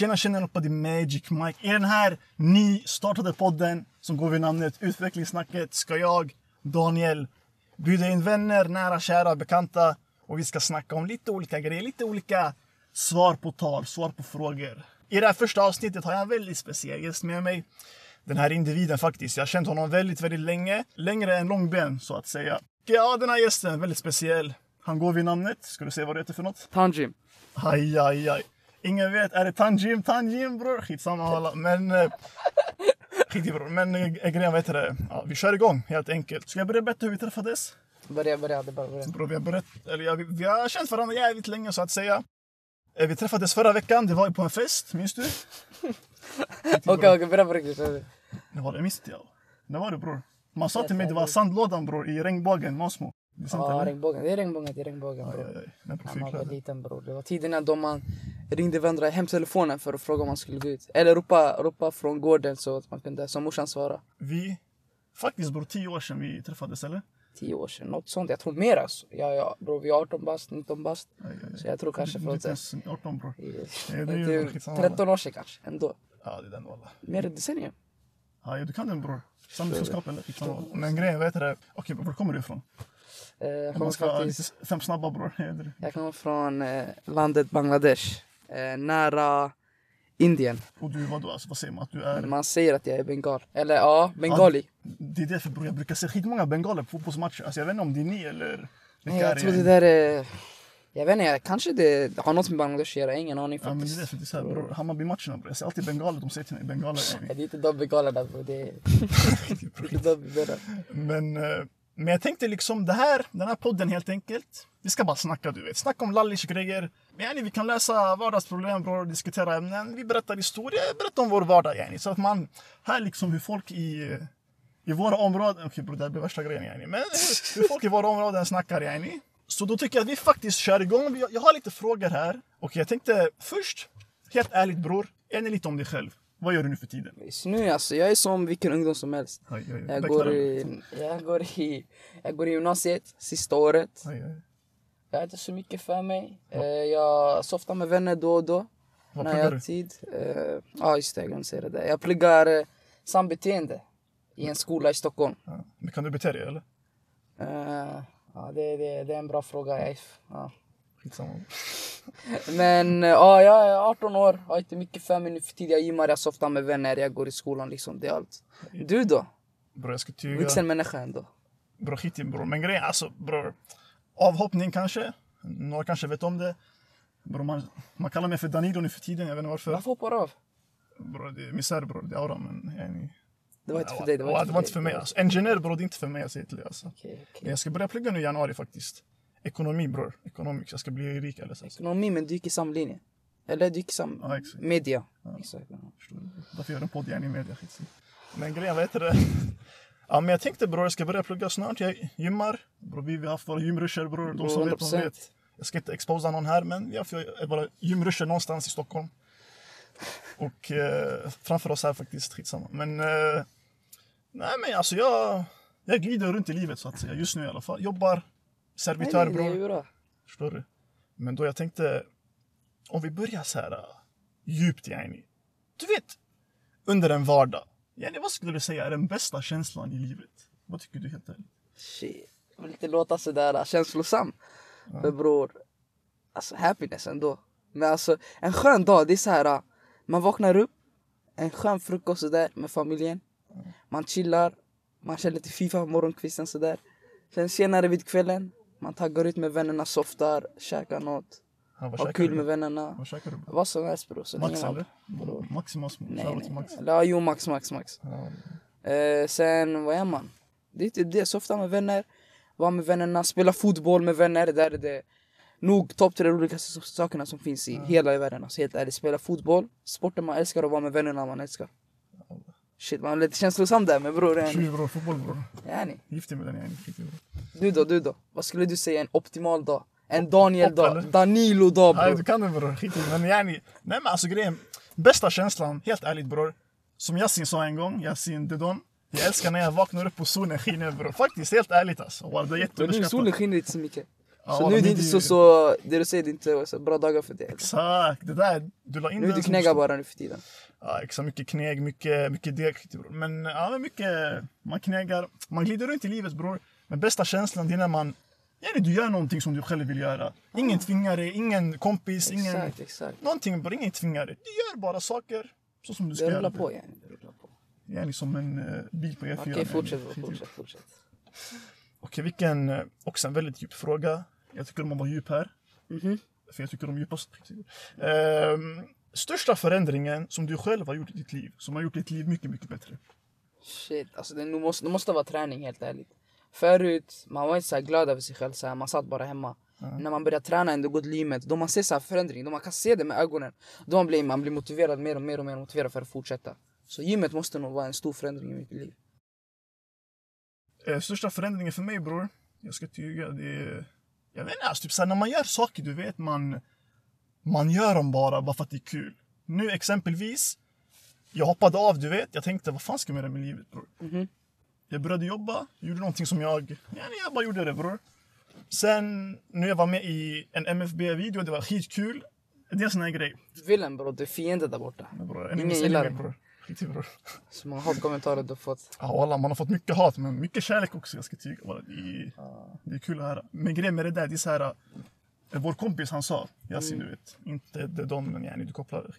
Tjena på The Magic Mike. I den här nystartade podden som går vid namnet Utvecklingssnacket ska jag, Daniel, bjuda in vänner, nära, kära, bekanta. Och vi ska snacka om lite olika grejer, lite olika svar på tal, svar på frågor. I det här första avsnittet har jag en väldigt speciell gäst med mig. Den här individen faktiskt. Jag har känt honom väldigt länge. Längre än långben så att säga. Ja, den här gästen är väldigt speciell. Han går vid namnet. Ska du se vad det heter för något? Tanjim. Aj. Ingen vet, är det Tanjim bror? Skitsamma alla. Men skit bror. Men grejen, vad heter det? Ja, vi kör igång helt enkelt. Ska jag börja berätta hur vi träffades? Börja. Bro, vi har känt varandra jävligt länge så att säga. Vi träffades förra veckan, det var ju på en fest, minns du? Okej, börja på riktigt. Det var det, minns jag. Det var det bror. Man sa till mig det var sandlådan bror i regnbågen, Masmo. Ja, regnbågen. Det är regnbågen bror. Man var liten bror. Det var tiderna då man ringde varandra i hemtelefonen för att fråga om man skulle gå ut. Eller ropa från gården så att man kunde, som morsan svara. Faktiskt bror, 10 år sedan vi träffades, eller? 10 år sedan, något sånt. Jag tror mer alltså. Ja, bror, vi är 18 bast, 19 bast. Så jag tror kanske från det. 18 bror. Det är 13 år sedan kanske, ändå. Ja, det är den walla. Mer än decennium. Ja, du kan den bror. Samhällskunskap eller? Men grejen, vad heter det? Okej, var kommer du ifrån? Jag kommer faktiskt... 5 snabba bror. Jag kommer från landet Bangladesh. Nära Indien. Och du, vadå? Alltså, vad säger man att du är? Man säger att jag är bengal. Eller ja, bengali. Ja, det är därför bror, jag brukar se skitmånga bengaler på fotbollsmatcher. Alltså jag vet inte om det är ni eller... Nej, jag tror det där är... Jag vet inte, kanske det har något med Bangladesh att göra. Ingen aning faktiskt. Ja, men det är därför det är såhär bror. Hammarby-matcherna bror. Jag ser alltid bengaler, de säger till mig bengaler. Det är inte de bengaler där bror. Det är inte de bengaler. Men jag tänkte liksom den här podden helt enkelt. Vi ska bara snacka, du vet. Snacka om lallish grejer. Men vi kan lösa vardagsproblem bror, diskutera ämnen. Vi berättar historia, berättar om vår vardag yani. Så att man här liksom hur folk i våra områden... Okej bror, det här blir värsta grejen yani. Men hur folk i våra områden snackar yani. Så då tycker jag att vi faktiskt kör igång. Jag har lite frågor här. Och jag tänkte först, helt ärligt bror, är ni lite om dig själv? Vad gör du nu för tiden? Nu alltså, jag är som vilken ungdom som helst. Jag går i gymnasiet, sista året. Jag har inte så mycket för mig. Jag softar med vänner då och då. När jag har tid. Ja, just det, jag kan säga det. Jag pluggar sambeteende i en skola i Stockholm. Men kan du bete dig eller? Ja, det är en bra fråga. Ja. Skitsamma. Men ja, jag är 18 år. Jag har inte mycket för mig nu för tid. Jag gymmar, jag softar med vänner, jag går i skolan liksom. Det är allt. Du då? Bro, jag ska tyga. Vuxen människa ändå. Bro, skit i bror. Men grejen, alltså bror. Avhoppning kanske. Några kanske vet om det. Bro, man kallar mig för Danilo nu för tiden. Jag vet inte varför. Varför hoppar av? Bro, det är misär bror. Det är aura, men det var inte för dig. Det var inte för mig. Alltså. Engineer bror, det är inte för mig. Jag säger till dig alltså. Okay. Jag ska börja plugga nu i januari faktiskt. Ekonomi bror. Economics. Jag ska bli rik eller så. Ekonomi, men du gick i samma linje. Eller du gick i samma media. Ja. Exakt. Därför gör jag en podd gärna i media. Men grejen, vad heter det? Ja, men jag tänkte bror, jag ska börja plugga snart. Jag gymmar. Bror, vi har haft våra gymrusher bror. De som vet, de vet. Jag ska inte exposa någon här, men vi har våra gymrusher någonstans i Stockholm. Och framför oss här faktiskt, skitsamma. Men nej men alltså jag glider runt i livet så att säga. Just nu i alla fall. Jobbar, servitör bror. Förstår du? Men då jag tänkte, om vi börjar så här djupt yani. Du vet, under en vardag. Yani, vad skulle du säga är den bästa känslan i livet? Vad tycker du helt ärligt? Shit, jag vill inte låta sådär känslosam. Men bror, alltså happiness ändå. Men alltså, en skön dag, det är så här. Man vaknar upp, en skön frukost sådär med familjen. Man chillar, man kör lite FIFA på morgonkvisten sådär. Sen senare vid kvällen, man taggar ut med vännerna, softar, käkar något. Har kul med vännerna. Vad käkar du? Vad som helst bror. Max eller? Maximus. Nej. Jo, max. Sen, vad är man? Det är typ det, softa med vänner. Vara med vännerna, spela fotboll med vänner. Där är det nog topp 3 olika sakerna som finns i hela världen. Alltså helt ärligt, spela fotboll. Sporten man älskar och vara med vännerna man älskar. Shit, man är lite känslosam där med bror. Tjuv bror, fotboll bror. Yani. Giftig med den yani. Du då? Vad skulle du säga en optimal dag? En Daniel-dag, Danilo-dag bror. Nej, du kan det bror, men yani. Nej men alltså grejen, bästa känslan, helt ärligt bror. Som Yasin sa en gång, Yasin Dedon. Jag älskar när jag vaknar upp och solen skiner bror. Faktiskt, helt ärligt alltså. Wow, det är jätteunderskattat. Solen skiner inte så mycket. Så nu är det inte så det du säger, det är inte så bra dagar för dig. Exakt, det där, du la in nu är du knäggar bara nu för tiden. Ja, exakt, mycket knägg, mycket deg, bror. Men ja, men mycket, man knäggar, man glider runt i livet, bror. Men bästa känslan, det är när man, du gör någonting som du själv vill göra. Ingen tvingar dig, ingen kompis, Exakt. Någonting, bara ingen tvingar dig. Du gör bara saker så som du ska göra. Det rullar på. Som en bil på E4. Okej, fortsätt. Okej, också en väldigt djup fråga. Jag tycker om att vara djup här. För jag tycker om djupa största förändringen som du själv har gjort i ditt liv, som har gjort ditt liv mycket, mycket bättre. Shit, alltså det måste vara träning, helt ärligt. Förut, man var inte så här glad över sig själv, så här, man satt bara hemma. När man börjar träna ändå, gått limet, då man ser så här förändring, då man kan se det med ögonen. Då man blir motiverad mer och mer motiverad för att fortsätta. Så gymmet måste nog vara en stor förändring i mitt liv. Största förändringen för mig, bror, jag ska tyga, det är... Jag vet inte, alltså, typ så här, när man gör saker, du vet, man gör dem bara för att det är kul. Nu exempelvis, jag hoppade av, du vet, jag tänkte, vad fan ska jag göra med livet, bror? Jag började jobba, gjorde någonting som jag bara gjorde det, bror. Sen, nu jag var med i en MFB-video, det var skitkul. Det är en sån här grej. Villain, bror, det är fienden där borta. Ingen gillar det, bror. Bror. Så många hatkommentarer du har fått. Ja, alla, man har fått mycket hat, men mycket kärlek också, jag ska tycka. Det är kul att höra. Men grejen med det där, det är så här... Vår kompis, han sa, Yasin, du vet, inte det Don, men du kopplar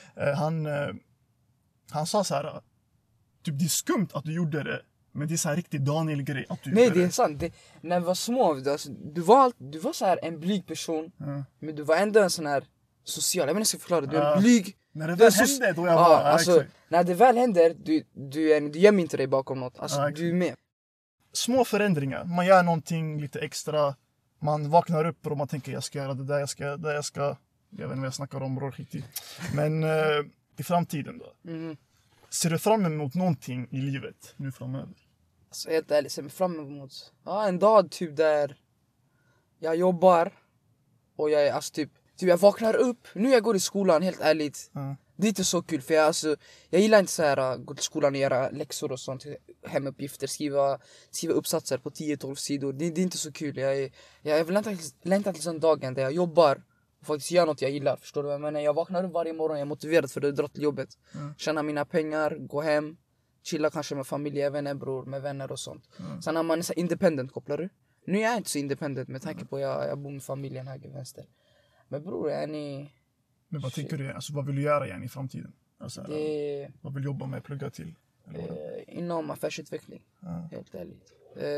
han sa så här, typ det är skumt att du gjorde det, men det är så här riktigt Daniel-grej att du Nej, det är sant. När vi var små, alltså, du var så här en blyg person, men du var ändå en sån här social, jag vet inte ska förklara, du är en blyg. När det väl hände, då jag var... Alltså, när det väl händer, du gömmer inte dig bakom något, alltså du är med. Små förändringar, man gör någonting lite extra. Man vaknar upp och man tänker jag ska göra det där, jag vet inte vad jag snackar om, bror, skit i. Men i framtiden då? Ser du fram emot någonting i livet nu framöver? Alltså helt ärligt, ser jag fram emot en dag typ där jag jobbar och jag är alltså typ jag vaknar upp, nu jag går i skolan, helt ärligt. Det är inte så kul, för jag gillar inte så här gå till skolan och göra läxor och sånt, hemuppgifter, skriva uppsatser på 10-12 sidor. Det är inte så kul. Jag vill längta till sån dagen där jag jobbar och faktiskt gör något jag gillar, förstår du? Men jag vaknar upp varje morgon, jag är motiverad för att dra till jobbet. Tjäna mina pengar, gå hem, chilla kanske med familj, även bror, med vänner och sånt. Sen när man är så independent, kopplar du? Nu är jag inte så independent med tanke på att jag bor med familjen höger vänster. Men bror, Men vad tänker du? Alltså, vad vill du göra i framtiden? Alltså, vad vill du jobba med, plugga till? Inom affärsutveckling, helt ärligt.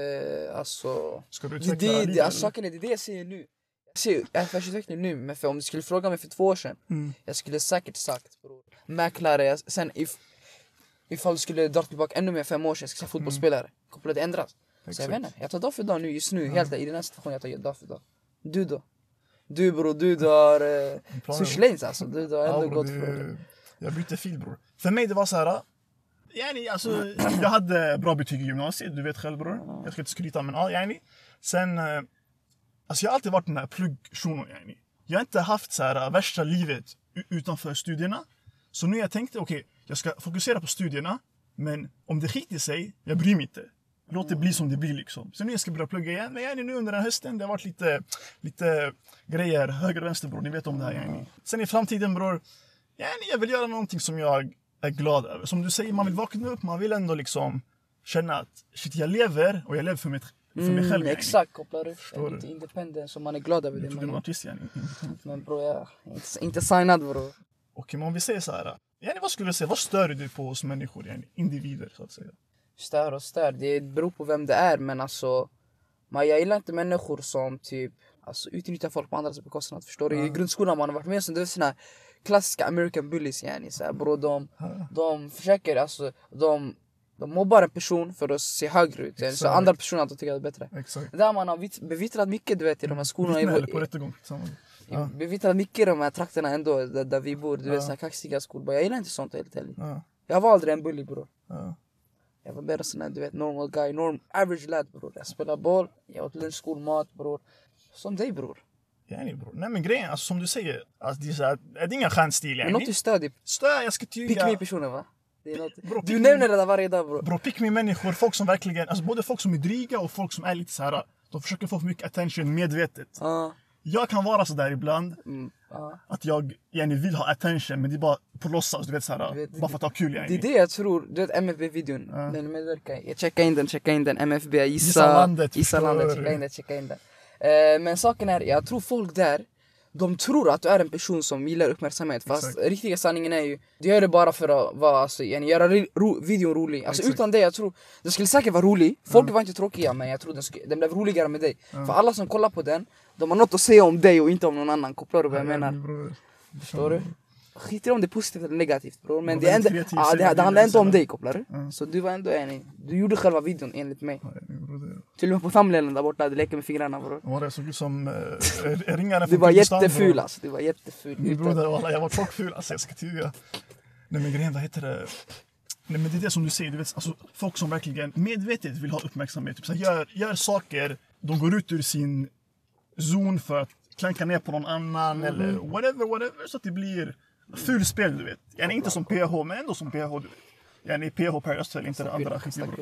Alltså, ska du utveckla livet? Alltså, saken är det jag säger nu. Jag ser affärsutveckling nu, men om du skulle fråga mig för 2 år sedan, jag skulle säkert sagt, bror, mäklare. Sen ifall du skulle dra tillbaka ännu mer 5 år sedan, jag ska säga fotbollsspelare. Kopplat ändras. Så jag vet inte, jag tar dag för dag nu, just nu, helt i den här situationen jag tar dag för dag. Du då? Du bror, du har switchlanes alltså, du har ändå gått för... Jag bytte fil, bror. För mig det var så här, alltså, jag hade bra betyg i gymnasiet, du vet själv, bror. Jag ska inte skryta, men sen, alltså jag har alltid varit den här pluggshunon, Jag har inte haft så här värsta livet utanför studierna. Så nu jag tänkte, okej, jag ska fokusera på studierna, men om det skiter sig, jag bryr mig inte. Låt det bli som det blir liksom. Så nu jag ska börja plugga igen. Men nu under den hösten, det har varit lite grejer, höger och vänster, bror. Ni vet om det här, Sen i framtiden, bror, jag vill göra någonting som jag är glad över. Som du säger, man vill vakna upp, man vill ändå liksom känna att shit, jag lever och jag lever för mig själv. Exakt, kopplar du. Lite independent, så man är glad över det. Du är en artist, Men bror, jag är inte signad, bror. Okej, men om vi säger så här. Vad skulle du säga, vad stör du på hos människor, individer, så att säga? Stör. Det beror på vem det är, men alltså... Jag gillar inte människor som typ... Alltså utnyttjar folk på andras bekostnad, förstår du? I grundskolan man har varit med, så det är såna här klassiska American bullies, så här, bro, de försöker, alltså... De mobbar en person för att se högre ut, så andra personer att tycker att det är bättre. Exakt. Där man har bevittrat mycket, du vet, i de här skolorna. Eller på rättegång. Bevittrat mycket i de här trakterna ändå, där vi bor. Du vet, såna här kaxiga skolor. Jag gillar inte sånt helt ärligt. Jag var aldrig en bully, bror. Jag var bara sån här, du vet, normal guy, average lad, bror. Jag spelar boll, jag åt lunch, skolmat, bror. Som dig, bror. Bror. Nej, men grejen, alltså, som du säger, alltså, det är inga stjärnstil, Men något du stödjer. Jag ska tyga... Pick me personer, va? Det är något... Bro, du nämner det där varje dag, bror. Bro, pick me människor, folk som verkligen, alltså både folk som är dryga och folk som är lite så här, De försöker få för mycket attention medvetet. Jag kan vara så där ibland. Att jag vill ha attention, men det är bara på låtsas, du vet såhär. Bara för att ha kul. Det är det jag tror, du vet MFB-videon. Den medverkar. Jag checkar in den. MFB, Gissa landet, checka in den. Men saken är, jag tror folk där, de tror att du är en person som gillar uppmärksamhet. Fast riktiga sanningen är ju, du gör det bara för att vara, alltså, göra videon rolig. Alltså utan det, jag tror, det skulle säkert vara rolig. Folk var inte tråkiga, men jag tror den blev roligare med dig. För alla som kollar på den, de har något att säga om dig och inte om någon annan. Kopplar du vad jag menar? Förstår du? Skit i om det är positivt eller negativt, bror. Men det handlar inte om dig, kopplar du? Så du var ändå du gjorde själva videon enligt mig. Till och med på thumbnailen där borta, du leker med fingrarna, bror. Ja, det såg ut som ringarna från Kurdistan. Du var jätteful. Broder, jag var tjockful, alltså jag ska tyga. Nej men grejen, vad heter det? Nej men det är det som du säger, du vet, alltså, folk som verkligen medvetet vill ha uppmärksamhet. Typ, så gör saker, de går ut ur sin zon för att klanka ner på någon annan eller whatever, så att det blir ful spel, du vet. Jag är inte som PH, men ändå som PH, du vet. Jag är PH per Östel, inte det andra skiten, bror.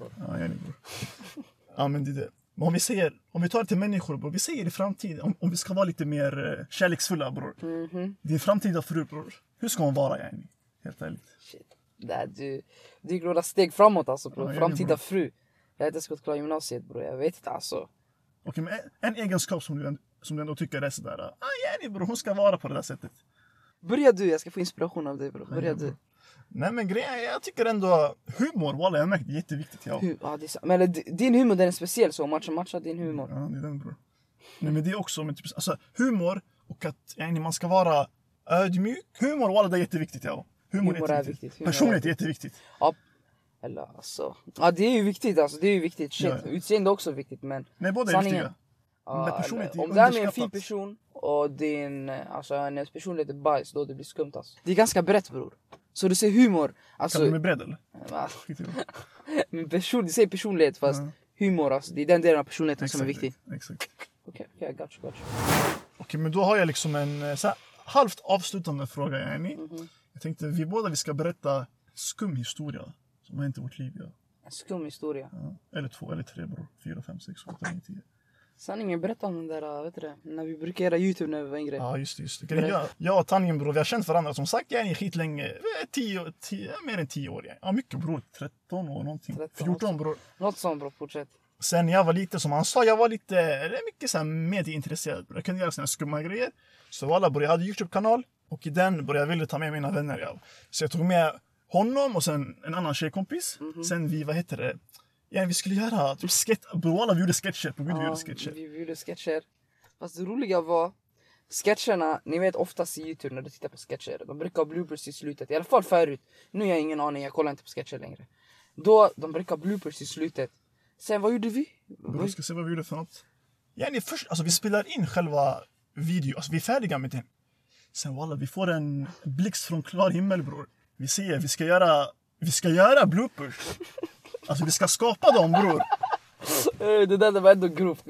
Ja, men det är det. Men om vi tar det till människor, bror, vi säger i framtiden, om vi ska vara lite mer kärleksfulla, bror. Din framtida fru, bror. Hur ska hon vara, yani? Helt ärligt. Shit. Du gick några steg framåt, alltså, bror. Framtida fru. Jag har inte gått klar gymnasiet, bror. Jag vet inte, alltså. Okej, men en egenskap som du ändå tycker är sådär. Bror, hon ska vara på det där sättet. Börja du, jag ska få inspiration av dig, bror. Börja du. Nej men grejen, jag tycker ändå humor, walla, jag märkt det är jätteviktigt. Ja, det är men din humor, den är speciell, så matcha din humor. Ja, det är den, bror. Nej men det är också, men typ, alltså, humor och att man ska vara ödmjuk. Humor, walla, det är jätteviktigt, ja. Humor är jätteviktigt. Personlighet är jätteviktigt. Ja, eller alltså. Ja, det är ju viktigt, alltså. Det är ju viktigt. Shit, utseende är också viktigt, men nej, båda är viktiga. Om det är med en fin person och hennes personlighet är bajs, då det blir skumt, alltså. Det är ganska brett, bror. Så du ser humor, alltså. Kan du med bredd, eller? Men du säger personlighet, fast humor, alltså. Det är den delen av personligheten som är viktig. Exakt. Okej, gotcha. Okej, men då har jag liksom en så här, halvt avslutande fråga, yani. Jag tänkte vi ska berätta skum historia som har hänt i vårt liv. Ja. En skum historia? Ja. Eller 2 eller 3, bror. 4, 5, 6, 8, 9, 10. Sanningen, berätta om den där, vet du det? När vi brukade göra YouTube när vi var yngre. Ja, just det. Jag och Tanjen, bror, vi har känt varandra som sagt, jag är skitlänge. Mer än 10 år. Ja, mycket, bror. 13 år någonting. 14, bror. Något sånt, bror. Fortsätt. Sen jag var lite, som han sa, jag var mycket så här medieintresserad. Jag kunde göra såna skumma grejer. Så alla, bror, jag hade YouTube-kanal. Och i den, bror, jag ville ta med mina vänner. Ja. Så jag tog med honom och sen en annan tjejkompis. Sen vi, vi skulle göra vi gjorde sketcher. På Gud, vi gjorde sketcher. Vi gjorde sketcher. Fast det roliga var, sketcherna, ni vet oftast i YouTube när du tittar på sketcher, de brukar ha bloopers i slutet. I alla fall förut. Nu har jag ingen aning, jag kollar inte på sketcher längre. Då, de brukar ha bloopers i slutet. Sen, vad gjorde vi? Vi ska se vad vi gjorde för något. Först, alltså vi spelar in själva video, alltså vi är färdiga med den. Sen walla, vi får en blixt från klar himmel, bror. Vi säger, vi ska göra bloopers. Alltså vi ska skapa dem, bror. Det där var ändå grovt.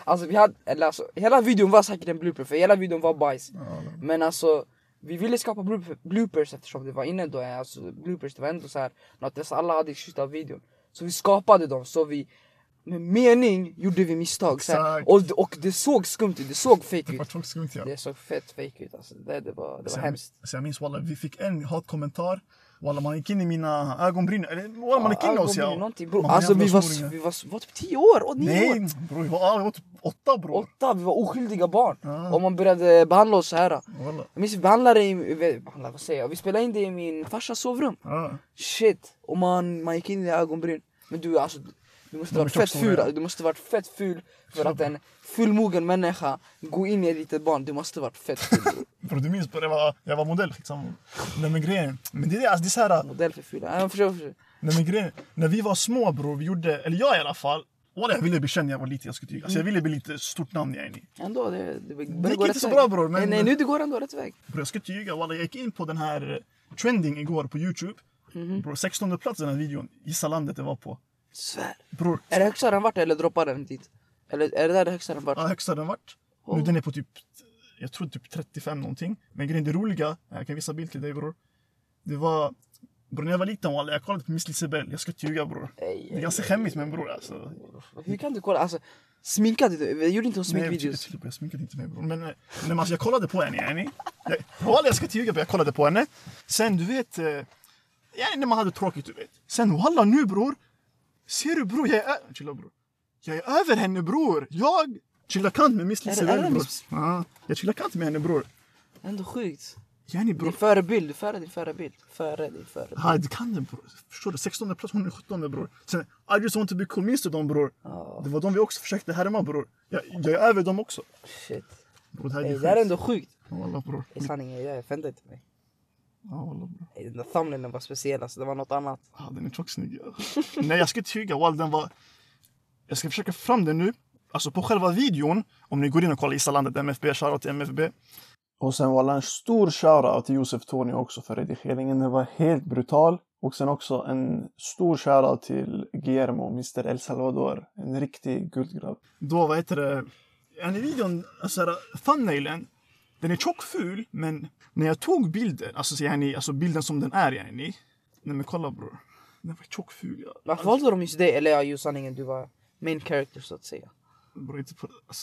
Hela videon var säkert en blooper, för hela videon var bajs. Men alltså, vi ville skapa bloopers eftersom det var inne då. Alltså bloopers, det var ändå så här något alla hade skjutit av videon. Så vi skapade dem, så vi med mening gjorde vi misstag. Så här, och det såg skumt ut, det såg fake ut. Det såg fett fake ut, alltså. Det var hemskt. Så jag minns, walla, vi fick en hatkommentar. Walla, man gick in i mina ögonbryn. Walla, man gick in hos jag. Alltså vi var typ 10 år och 9 år. Nej, bror, vi var typ 8, bror. 8, vi var oskyldiga barn. Och man började behandla oss så här. Jag minns vi behandlade vi spelade in det i min farsas sovrum. Shit. Och man gick in i ögonbryn. Men du, alltså, du måste varit fett ful för att en fullmogen människa går in i ett litet barn. Du måste varit fett ful. Bro, du minns på jag var modell liksom. Nej men grejen. Men det är alltså, det är så här. Modell för fula. Jag förstår. Nej men grejen. När vi var små, bror, vi gjorde, eller jag i alla fall. Jag ville bli känd när jag var liten, jag skulle tycka. Alltså jag ville bli lite stort namn, yani. Ändå, det gick inte så bra, bror. Men nej, nu det går ändå rätt väg. Bror, jag ska tyga. Jag gick in på den här trending igår på YouTube. Bror, 16:e plats den här videon. Gissa landet det var på. Svär. Bror. Är det högsta den vart eller droppar den dit? Eller är det där det högsta den vart? Ja, högsta den vart. Nu den är på typ, jag tror typ 35 någonting. Men grejen, det roliga, jag kan visa bild till dig, bror. Det var, bror, när jag var liten, jag kollade på Miss Lisebell. Jag ska tyga, bror. Det är ganska skämmigt, men bror, alltså. Hur kan du kolla? Alltså, Sminkade du? Gjorde inte hon Nej, sminkvideos? jag sminkade inte mig bror. Men alltså, jag kollade på henne yani. Jag ska inte ljuga, jag kollade på henne. Sen du vet, när man hade tråkigt du vet. Sen walla nu bror. Ser du bror, chilla bror. Jag är över henne bror. Jag chillar kant med Miss Lise väl bror. Ja, jag chillar kant med henne bror. Ändå sjukt. Yani bror. Din förebild, före din förebild. Ja, det kan det bror. Förstår du? 16 plats, hon är 17 bror. Sen, I just want to be cool, minns du dem bror? Det var de vi också försökte härma bror. Jag är över dem också. Shit. Bror, det är ändå sjukt. Ja, wallah bror. I sanningen, jag fändade inte mig. Ja, wallah bror. Den där thumbnailen var speciell, alltså det var något annat. Ja, den är tjocksnygg. Nej, jag ska tyga, wall, den var... Jag ska försöka fram den nu. Alltså på själva videon, om ni går in och kollar Isalandet MFB, shoutout till MFB. Och sen var det en stor shoutout till Josef Tony också för redigeringen. Den var helt brutal. Och sen också en stor shoutout till Guillermo, Mr. El Salvador. En riktig guldgrav. Då, vad heter det? I videon, alltså thumbnailen, den är tjockful, men när jag tog bilden, alltså bilden som den är, nej men kolla bror. Den var tjockful, ja. Varför valde de just det? Eller ja, just sanningen, du var main character så att säga. Bror, inte på... Alltså,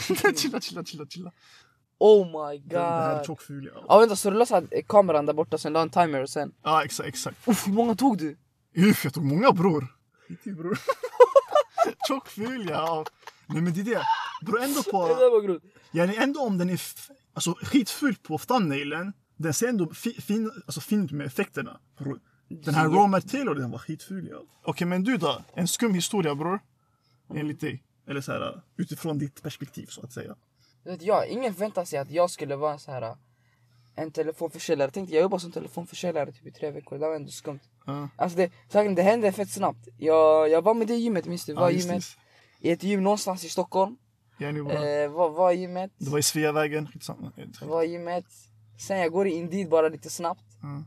chilla. Oh my god. Det här är tjockful, ja. Ja, vänta, så du lösa kameran där borta, sen la en timer och sen... Ja, exakt. Uff, hur många tog du? Jag tog många, bror. Skit i, bror. Tjockful, ja. Nej, men det är det. Bror, ändå på... Det där var grovt. Ändå om den är skitful på thumbnailen, den ser ändå fint med effekterna. Bror. Den här raw material, den var skitful, ja. Okej, men du då? En skum historia, bror. Enligt dig. Eller så här, utifrån ditt perspektiv, så att säga. Vet jag, ingen förväntar sig att jag skulle vara så här en telefonförsäljare. Jag jobbade som telefonförsäljare typ i 3 veckor. Det var ändå skumt. Alltså det hände fett snabbt. Jag var med det gymmet, minns du? Var gymmet i ett gym någonstans i Stockholm. Var gymmet. Det var i Sveavägen. Var gymmet. Sen jag går in dit bara lite snabbt.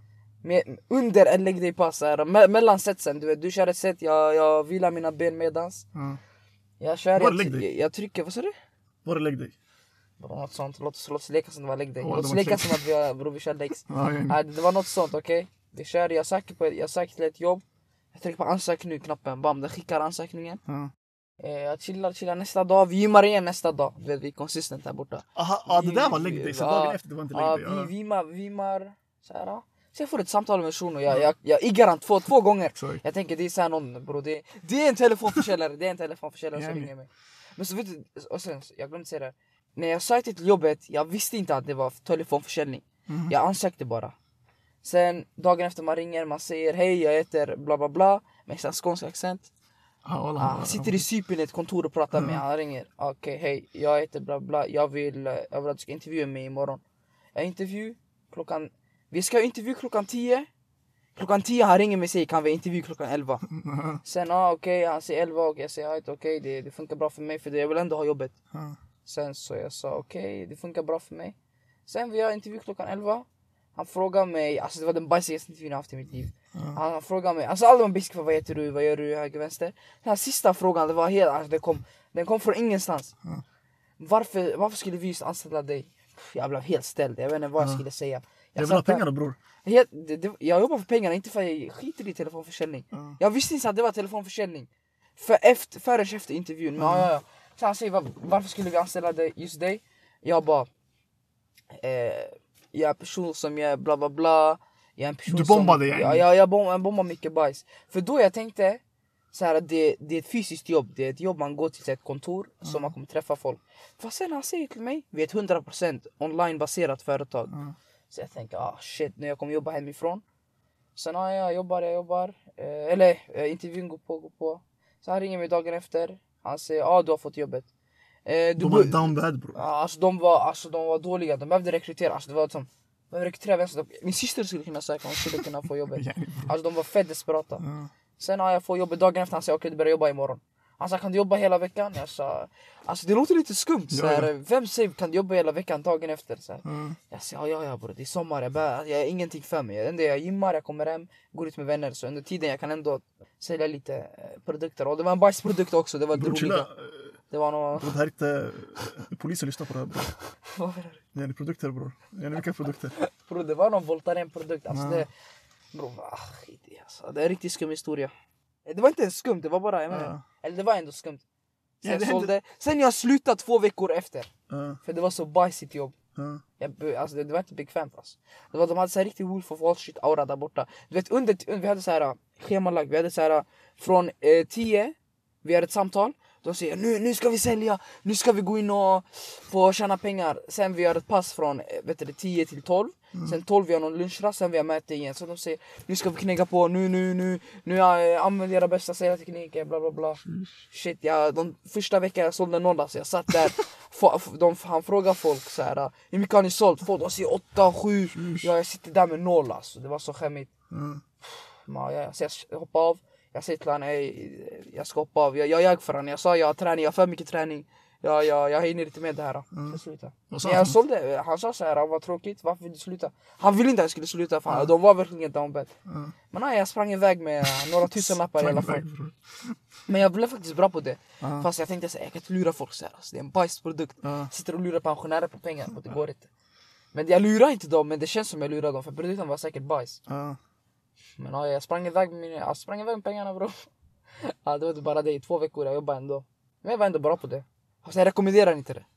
Under en lägg dig pass här, mellan setsen, du vet, du kör ett set, jag vilar mina ben medans. Jag kör, jag trycker, vad sa du? Var det lägg dig? Något sånt, låt oss leka som det var lägg dig. Låt oss leka som att vi kör legs. Det var något sånt, okej? Vi kör, jag söker till ett jobb. Jag trycker på ansökning-knappen, bam, det skickar ansökningen. Jag chillar nästa dag, vi gymmar igen nästa dag. Du vet, vi är konsistent här borta. Aha, det där var lägg dig, så dagen efter det var inte lägg dig. Vi gymmar, såhär. Så jag får ett samtal med Shuno, jag iggar han två gånger. Jag tänker, det är såhär någon, bro, det är en telefonförsäljare, som ringer mig. Men så vet du, och sen, jag glömde säga det. När jag sökte till jobbet, jag visste inte att det var telefonförsäljning. Jag ansökte bara. Sen dagen efter man ringer, man säger hej, jag heter bla bla bla, med en skånsk accent. Han sitter i Cypern i ett kontor och pratar med, han ringer. Okej, hej, jag heter bla bla, jag vill att du ska intervjua mig imorgon. Vi ska intervju klockan 10. Klockan 10 han ringer mig och säger, kan vi intervju klockan 11? Sen okej, han säger 11 och jag säger okej, det funkar bra för mig för jag vill ändå ha jobbet. Sen så jag sa okej, det funkar bra för mig. Sen vi har intervju klockan 11. Han frågar mig, alltså det var den bajsigaste intervjun jag haft i mitt liv. Han frågar mig, alltså alla var basic för vad heter du, vad gör du, höger, vänster. Den här sista frågan, det var helt, alltså den kom från ingenstans. Varför skulle vi just anställa dig? Jag blev helt ställd, jag vet inte vad jag skulle säga. Jag vill ha pengarna, bror. Jag jobbar för pengarna, inte för jag skiter i telefonförsäljning. Jag visste inte att det var telefonförsäljning förrän efter intervjun. Men så han säger, varför skulle vi anställa dig, just dig? Jag bara, jag är en person som jag bla bla bla. Jag är en person du bombade igen? Jag bombar mycket bajs. För då jag tänkte så här, det är ett fysiskt jobb. Det är ett jobb man går till ett kontor som man kommer träffa folk. För sen han säger till mig, vi är ett 100% online-baserat företag. Så jag tänker, shit, nu jag kommer jobba hemifrån. Sen jag jobbar. Intervjun går på. Så han ringer mig dagen efter. Han säger, du har fått jobbet. De var down bad, bro. De var dåliga. De behövde rekrytera. Alltså det var som, min syster skulle kunna söka, hon skulle kunna få jobbet. Alltså de var fett desperata. Sen jag får jobbet dagen efter. Han säger, okej, du börjar jobba imorgon. Han sa, kan du jobba hela veckan? Jag sa, alltså det låter lite skumt. Vem säger, kan du jobba hela veckan dagen efter? Så jag sa, ja bro, det är sommar. Jag har ingenting för mig. Jag gymmar, jag kommer hem, går ut med vänner. Så under tiden jag kan ändå sälja lite produkter. Och det var en bajsprodukt också, det var det roliga. Det var något... Det här är inte... Polisen lyssnar på det här, bror. Vad är det? Det är produkter, bror. Det är vilka produkter? Bro, det var någon Voltaren-produkt. Alltså det... Bro, skit i alltså. Det är en riktigt skum historia. Det var inte en skumt, det var bara... Eller det var ändå skumt. Sen jag sålde. Sen jag slutade 2 veckor efter. För det var så bajsigt jobb. Alltså det var inte bekvämt alltså. De hade så här riktigt Wolf of Wall Street aura där borta. Du vet vi hade så här schemalag. Vi hade så här från 10. Vi hade ett samtal. De säger nu ska vi sälja. Nu ska vi gå in och få tjäna pengar. Sen vi gör ett pass från 10 till 12. Sen 12 vi har någon lunchrast. Sen vi har mäte igen. Så de säger nu ska vi knäcka på. Nu använder era bästa säljartekniker. Bla bla bla. Shit de första veckan jag sålde 0. Så jag satt där. Han frågar folk så här. Hur mycket har ni sålt? Folk de säger 8, 7. Jag sitter där med 0 alltså. Det var så skämmigt. Så jag hoppade av. Jag säger till honom, jag ska hoppa av. Jag för honom. Jag sa jag har träning, jag har för mycket träning. Jag hinner inte med det här. Jag slutar. Jag sålde, han sa så här, vad tråkigt, varför vill du sluta? Han ville inte att jag skulle sluta, för de var verkligen down bad. Men nej, jag sprang iväg med några tusenlappar i alla fall. Men jag blev faktiskt bra på det. Fast jag tänkte så här, jag kan inte lura folk så här. Alltså, det är en bajsprodukt. Sitter och lurar pensionärer på pengar, och det går inte. Men jag lurar inte dem, men det känns som jag lurar dem, för produkten var säkert bajs. Men ja, jag sprang iväg med pengarna bro. Ja, det var bara det i 2 veckor, jag jobbade ändå. Men jag var ändå bra på det. Alltså jag rekommenderar inte det.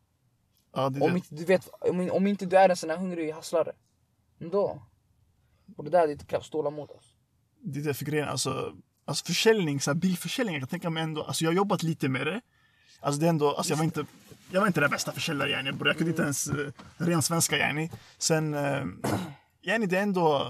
Om inte du är en sån här hungrig hasslare. Då. Och det där det krävs tålamod alltså. Det är för grejen, alltså försäljning, så här bilförsäljning, jag kan tänka mig ändå, alltså jag har jobbat lite med det. Alltså det är ändå, alltså jag var inte den bästa försäljare yani, jag kunde inte ens ren svenska yani. Sen yani det är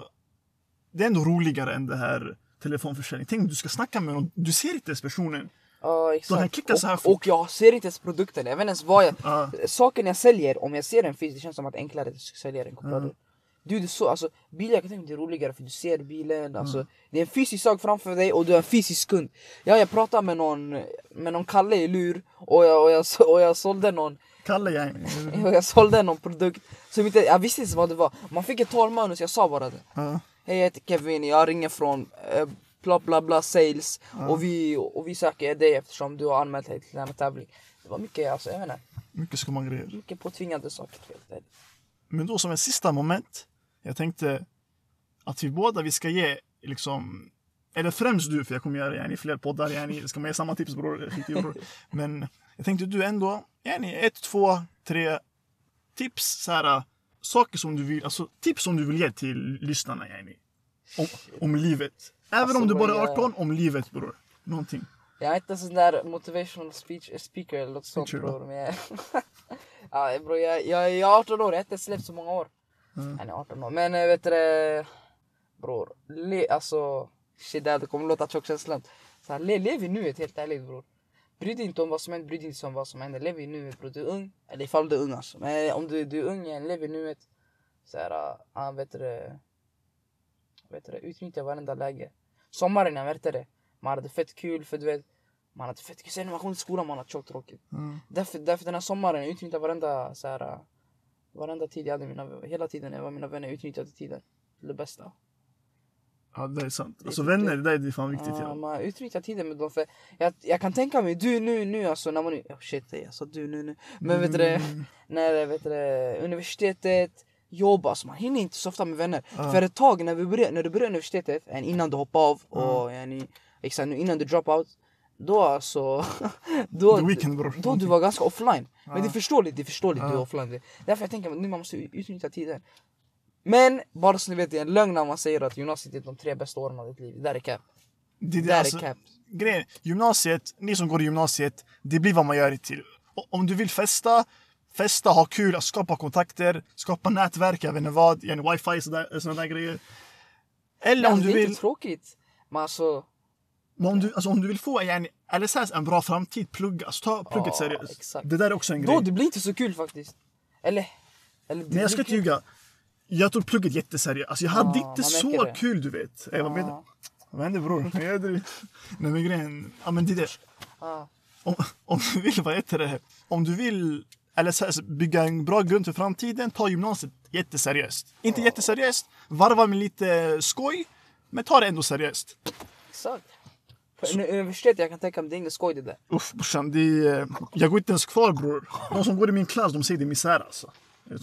ändå roligare än det här telefonförsäljning. Tänk du ska snacka med någon, du ser inte ens personen. Ja, exakt. Så här och jag ser inte ens produkten. Jag vet inte ens vad saken jag säljer, om jag ser en fisk, det känns som att enklare att sälja en kopplad. Det är så, alltså bilar, jag kan tänka mig det är roligare för du ser bilen, alltså det är en fysisk sak framför dig och du är en fysisk kund. Jag pratade med någon Kalle i lur och jag sålde någon Kalle jag sålde någon produkt som inte, jag visste inte vad det var. Man fick ett talmanus, jag sa bara det. Hej, jag heter Kevin, jag ringer från bla bla bla sales och vi söker dig eftersom du har anmält dig till den här tävling. Det var mycket, alltså jag vet inte. Mycket skumma grejer. Mycket påtvingade saker. Men då som en sista moment, jag tänkte att vi ska ge liksom, eller främst du, för jag kommer göra fler poddar, jag ska med samma tips bror. Men jag tänkte du ändå, 1, 2, 3 tips så här, saker som du vill, alltså tips som du vill ge till lyssnarna om livet. Även alltså, om du bara är 18, om livet bror. Någonting. Jag är inte sån där motivational speaker eller något sånt bror. Men ja, bro, jag är 18 år, jag har inte släppt så många år. Jag är 18 år. Men vet du bror, alltså shit det kommer låta tjockkänslan. Så här, lev i nuet helt ärligt bror. Bry dig inte om vad som händer, bry dig inte om vad som händer. Lev i nuet bror, du är ung. Eller ifall du är ung alltså. Men om du är ung, lev i nuet. Så här, vet du, utnyttja varenda läge. Sommaren, jag vet det. Man hade fett kul, för du vet. Man hade fett kul, sen när man kom till skolan man hade tjockt tråkigt. Därför den här sommaren, utnyttja varenda tid jag hade hela tiden jag var mina vänner, utnyttjade tiden till det bästa. Ja, det är sant. Alltså vänner, det är fan viktigt. Ja, man utnyttjar tiden med dem, för jag kan tänka mig, du nu alltså när man shit, alltså du nu. Men vet du, när universitetet, jobb, alltså man hinner inte så ofta med vänner. För ett tag när du börjar universitetet, innan du hoppar av och innan du drop out, då alltså då du var ganska offline. Men det är förståeligt du är offline. Därför jag tänker att nu man måste utnyttja tiden. Men bara så ni vet, det är en lögn när man säger att gymnasiet är de 3 bästa åren av ditt liv. Det där är cap. Det alltså, är cap. Grejen, gymnasiet, ni som går i gymnasiet, det blir vad man gör det till. Om du vill festa, ha kul, skapa kontakter, skapa nätverk, jag vet inte vad, wifi, sådana där grejer. Eller om du vill... Det är inte tråkigt. Men alltså... om du vill få en bra framtid, plugga, alltså ta plugget seriöst. Exakt. Det där är också en grej. Då det blir inte så kul faktiskt. Eller nej, jag ska inte ljuga. Jag tog plugget jätteseriöst. Alltså jag hade inte så kul, du vet. Vad händer bror? Nej men grejen, men det är det. Om du vill, vad heter det? Om du vill bygga en bra grund för framtiden, ta gymnasiet jätteseriöst. Inte jätteseriöst, varva med lite skoj, men ta det ändå seriöst. Exakt. På universitetet jag kan tänka mig, det är inget skoj det där. Brorsan, jag går inte ens kvar bror. De som går i min klass, de säger det är misär alltså. Det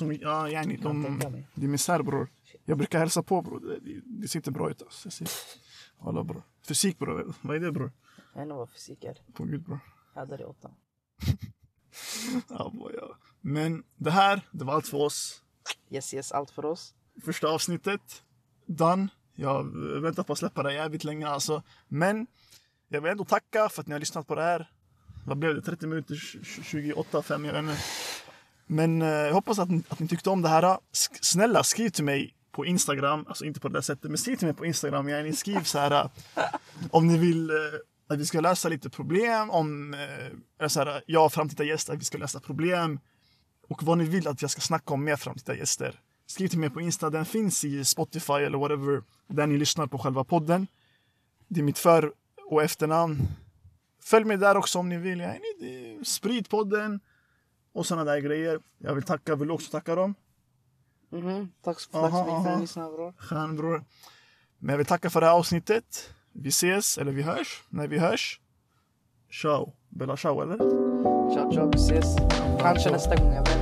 är misär bror. Jag brukar hälsa på bror. Det ser inte bra ut alltså. Alla bror. Fysik bror, vad är det bror? Jag vet inte vad fysik är. På gud bror. Ja, där är 8. Ja, boy, ja. Men det var allt för oss. Yes, allt för oss. Första avsnittet. Done. Jag väntar på att släppa det jävligt länge alltså. Men jag vill ändå tacka för att ni har lyssnat på det här. Vad blev det? 30 minuter, 28-5 jag vet inte. Men jag hoppas att ni tyckte om det här. Snälla skriv till mig på Instagram. Alltså inte på det där sättet, men skriv till mig på Instagram. Ni skriv så här om ni vill att vi ska lösa lite problem. Om så här, jag framtida gäster, att vi ska lösa problem. Och vad ni vill att jag ska snacka om med framtida gäster. Skriv till mig på Insta. Den finns i Spotify eller whatever. Där ni lyssnar på själva podden. Det är mitt för- och efternamn. Följ mig där också om ni vill. Sprid podden. Och sådana där grejer. Jag vill också tacka dem. Tack så mycket för att ni lyssnar, bror. Skön, bror. Men jag vill tacka för det här avsnittet. Vi ses, eller vi hörs. När vi hörs. Ciao. Bella ciao, eller? Ciao, vi ses. Kanske nästa gång, jag vet.